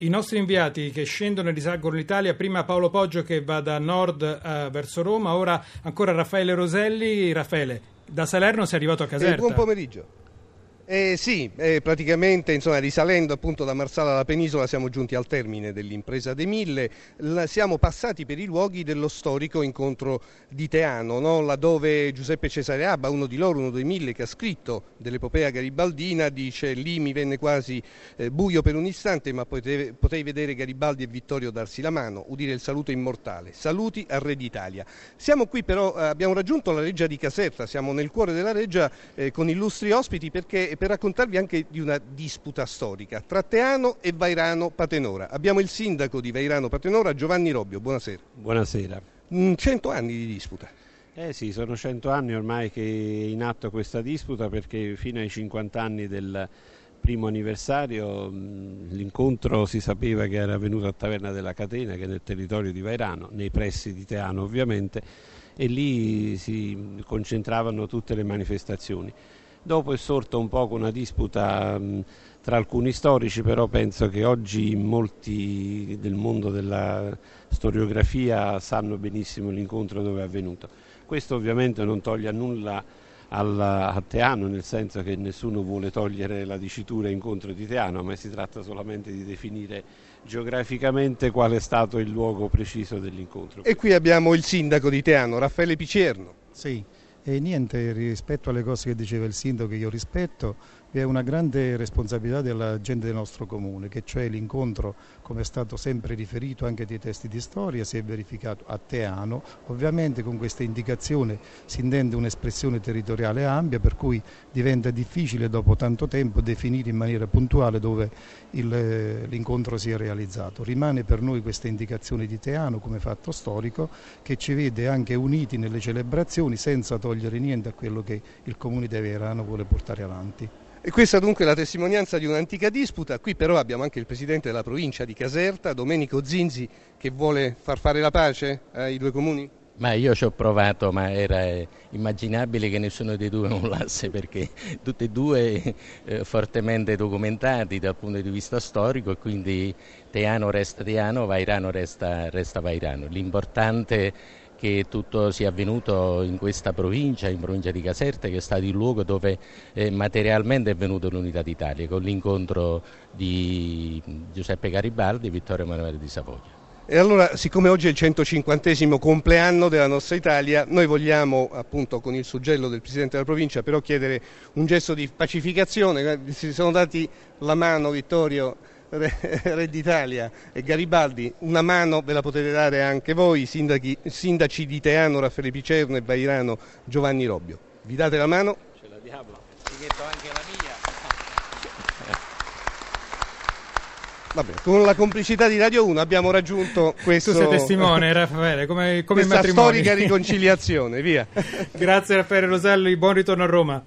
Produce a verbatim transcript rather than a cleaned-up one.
I nostri inviati che scendono e risalgono l'Italia, prima Paolo Poggio che va da nord eh, verso Roma, ora ancora Raffaele Roselli. Raffaele, da Salerno sei arrivato a Caserta. Eh, buon pomeriggio. Eh, sì, eh, praticamente insomma, risalendo appunto da Marsala alla penisola siamo giunti al termine dell'impresa dei Mille. La, siamo passati per i luoghi dello storico incontro di Teano, no? Laddove Giuseppe Cesare Abba, uno di loro, uno dei Mille che ha scritto dell'epopea garibaldina, dice: lì mi venne quasi eh, buio per un istante, ma potei, potei vedere Garibaldi e Vittorio darsi la mano, udire il saluto immortale, saluti al re d'Italia. Siamo qui però, eh, abbiamo raggiunto la Reggia di Caserta, siamo nel cuore della Reggia eh, con illustri ospiti perché per raccontarvi anche di una disputa storica tra Teano e Vairano Patenora. Abbiamo il sindaco di Vairano Patenora, Giovanni Robbio. Buonasera. Buonasera. Mm, cento anni di disputa. Eh sì, sono cento anni ormai che è in atto questa disputa, perché fino ai cinquanta anni del primo anniversario mh, l'incontro si sapeva che era avvenuto a Taverna della Catena, che è nel territorio di Vairano, nei pressi di Teano ovviamente, e lì si concentravano tutte le manifestazioni. Dopo è sorta un po' una disputa mh, tra alcuni storici, però penso che oggi molti del mondo della storiografia sanno benissimo l'incontro dove è avvenuto. Questo ovviamente non toglie a nulla alla, a Teano, nel senso che nessuno vuole togliere la dicitura incontro di Teano, ma si tratta solamente di definire geograficamente qual è stato il luogo preciso dell'incontro. E qui abbiamo il sindaco di Teano, Raffaele Picerno. Sì. E niente, rispetto alle cose che diceva il sindaco, che io rispetto, vi è una grande responsabilità della gente del nostro comune, che cioè l'incontro, come è stato sempre riferito anche dai testi di storia, si è verificato a Teano. Ovviamente con questa indicazione si intende un'espressione territoriale ampia, per cui diventa difficile dopo tanto tempo definire in maniera puntuale dove il, l'incontro si è realizzato. Rimane per noi questa indicazione di Teano come fatto storico, che ci vede anche uniti nelle celebrazioni senza togliere niente a quello che il comune di Vairano vuole portare avanti. E questa dunque è la testimonianza di un'antica disputa. Qui però abbiamo anche il presidente della provincia di Caserta, Domenico Zinzi, che vuole far fare la pace ai due comuni? Ma io ci ho provato, ma era immaginabile che nessuno dei due mollasse, perché tutti e due eh, fortemente documentati dal punto di vista storico, e quindi Teano resta Teano, Vairano resta, resta Vairano. L'importante che tutto sia avvenuto in questa provincia, in provincia di Caserta, che è stato il luogo dove eh, materialmente è venuta l'unità d'Italia, con l'incontro di Giuseppe Garibaldi e Vittorio Emanuele di Savoia. E allora, siccome oggi è il centocinquantesimo compleanno della nostra Italia, noi vogliamo, appunto con il suggello del Presidente della Provincia, però chiedere un gesto di pacificazione. Si sono dati la mano Vittorio, Re, Re d'Italia, e Garibaldi. Una mano ve la potete dare anche voi, sindaci, sindaci di Teano, Raffaele Picerno, e Vairano, Giovanni Robbio. Vi date la mano? Ce la diamo, ti metto anche la mia. Vabbè, con la complicità di Radio uno abbiamo raggiunto questo. Tu sei testimone, Raffaele, come, come questa matrimoni. Storica riconciliazione, via. Grazie Raffaele Roselli, buon ritorno a Roma.